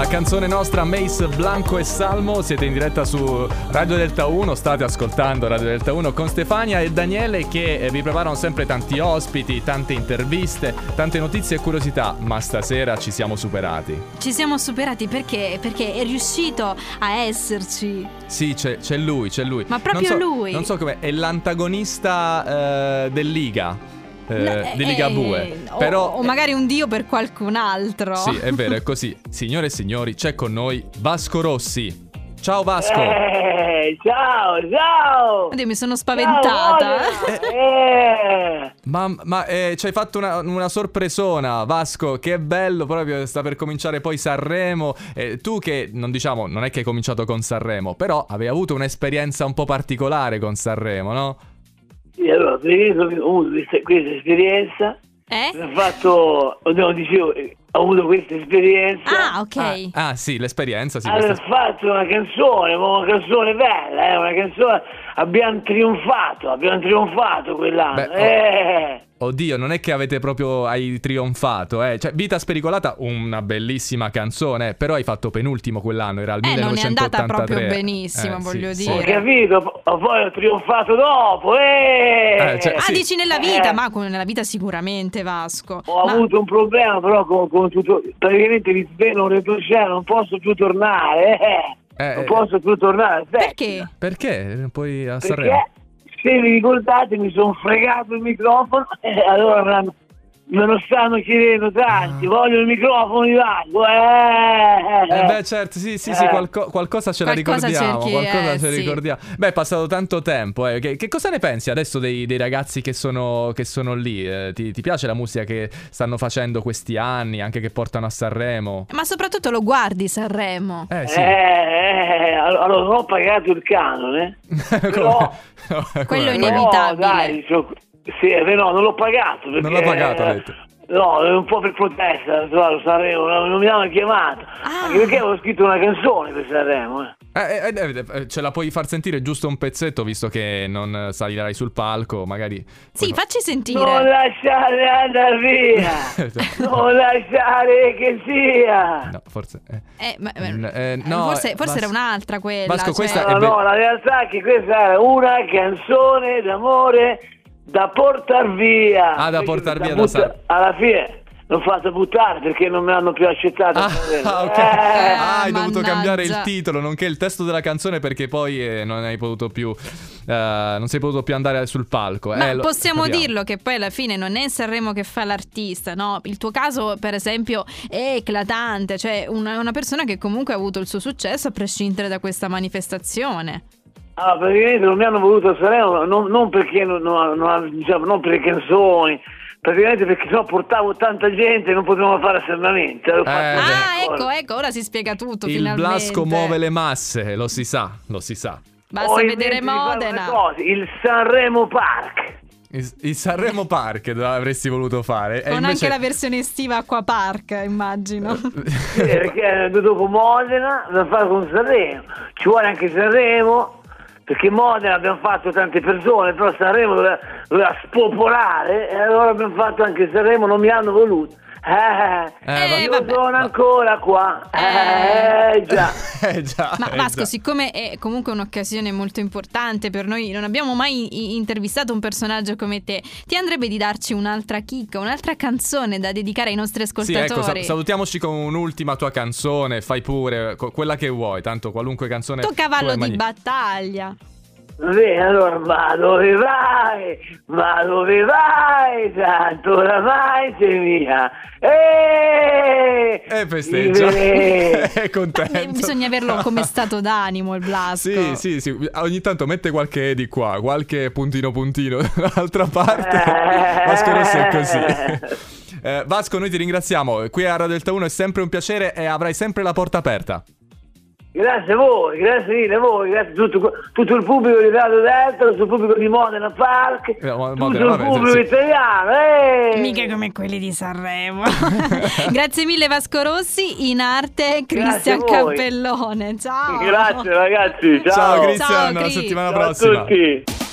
la canzone nostra, Mace, Blanco e Salmo. Siete in diretta su Radio Delta 1, state ascoltando Radio Delta 1 con Stefania e Daniele che vi preparano sempre tanti ospiti, tante interviste, tante notizie e curiosità, ma stasera ci siamo superati. Ci siamo superati perché? Perché è riuscito a esserci. Sì, c'è lui. Ma proprio lui. Non so com'è, è l'antagonista del Liga. Di Ligabue, però o magari un dio per qualcun altro. Sì, è vero, è così. Signore e signori, c'è con noi Vasco Rossi. Ciao Vasco. Ciao. Oddio, mi sono spaventata. Ma ci hai fatto una sorpresona, Vasco. Che bello, proprio sta per cominciare poi Sanremo. Tu che non è che hai cominciato con Sanremo, però avevi avuto un'esperienza un po' particolare con Sanremo, no? Sì, allora, ho avuto questa esperienza. Ho avuto questa esperienza. Ah, ok. Sì, l'esperienza. Sì, ho fatto una canzone bella, una canzone. Abbiamo trionfato quell'anno. Oddio, non è che hai trionfato, Cioè, Vita spericolata, una bellissima canzone, però hai fatto penultimo quell'anno, era al 1983. Non è andata proprio benissimo, voglio dire. Ho capito, poi ho trionfato dopo, dici nella vita, ma nella vita sicuramente, Vasco. Ho avuto un problema però con tutto, praticamente mi svelo un retroscena, non posso più tornare, non posso più tornare. Perché? Perché? Poi a Sanremo? Se vi ricordate mi sono fregato il microfono e allora me lo stanno chiedendo tanti, voglio il microfono di Vasco. Certo, sì, qualcosa ce la ricordiamo. Ricordiamo. Beh, è passato tanto tempo. Che cosa ne pensi adesso dei ragazzi che sono lì? Ti piace la musica che stanno facendo questi anni, anche che portano a Sanremo? Ma soprattutto lo guardi Sanremo? Sì. Allora non ho pagato il canone, però quello è inevitabile. Non l'ho pagato perché, non l'ho pagato, ha detto. No, un po' per protesta, Sanremo non mi hanno chiamato, anche perché avevo scritto una canzone per Sanremo. Ce la puoi far sentire giusto un pezzetto, visto che non salirai sul palco, magari. Sì, facci sentire. Non lasciare andare via, non lasciare che sia. No, forse. Forse era un'altra quella. Vasco, questa no, la realtà è che questa era una canzone d'amore da portar via. Da portar via da Sanremo. Alla fine l'ho fatto buttare perché non mi hanno più accettato. Ok. Hai dovuto cambiare il titolo, nonché il testo della canzone, perché poi non hai potuto più non sei potuto più andare sul palco. Ma possiamo dirlo che poi alla fine non è Sanremo che fa l'artista, no? Il tuo caso, per esempio, è eclatante, cioè una persona che comunque ha avuto il suo successo a prescindere da questa manifestazione. Praticamente non mi hanno voluto a Sanremo, non perché non per le canzoni, praticamente perché sennò portavo tanta gente e non potevamo fare assembramento. Ecco, ora si spiega tutto. Il finalmente. Blasco muove le masse, lo si sa. Basta vedere Modena. Il Sanremo Park. Il Sanremo Park avresti voluto fare. Con invece... anche la versione estiva Acqua Park, immagino. Sì, perché dopo Modena da fare con Sanremo. Ci vuole anche Sanremo, perché Modena abbiamo fatto tante persone, però Sanremo doveva spopolare e allora abbiamo fatto anche Sanremo, non mi hanno voluto. Sono ancora qua. Già. Ma Vasco, siccome è comunque un'occasione molto importante per noi, non abbiamo mai intervistato un personaggio come te, ti andrebbe di darci un'altra chicca, un'altra canzone da dedicare ai nostri ascoltatori? Sì, ecco, salutiamoci con un'ultima tua canzone, fai pure quella che vuoi, tanto qualunque canzone. Tuo cavallo di battaglia. Allora, ma dove vai, tanto oramai sei mia, festeggia, è contento. Bisogna averlo come stato d'animo il Blasco. Sì, ogni tanto mette qualche di qua, qualche puntino dall'altra parte. Vasco Rossi è così. Vasco, noi ti ringraziamo, qui a Radio Delta 1 è sempre un piacere e avrai sempre la porta aperta. Grazie a voi, grazie mille a voi, grazie a tutto il pubblico di Radio Delta, tutto il pubblico di Modena Park, tutto il pubblico italiano. Mica come quelli di Sanremo. Grazie mille Vasco Rossi, in arte Cristian Cappellone. Ciao. Grazie ragazzi, ciao. Ciao Cristian, alla settimana prossima. Ciao a tutti.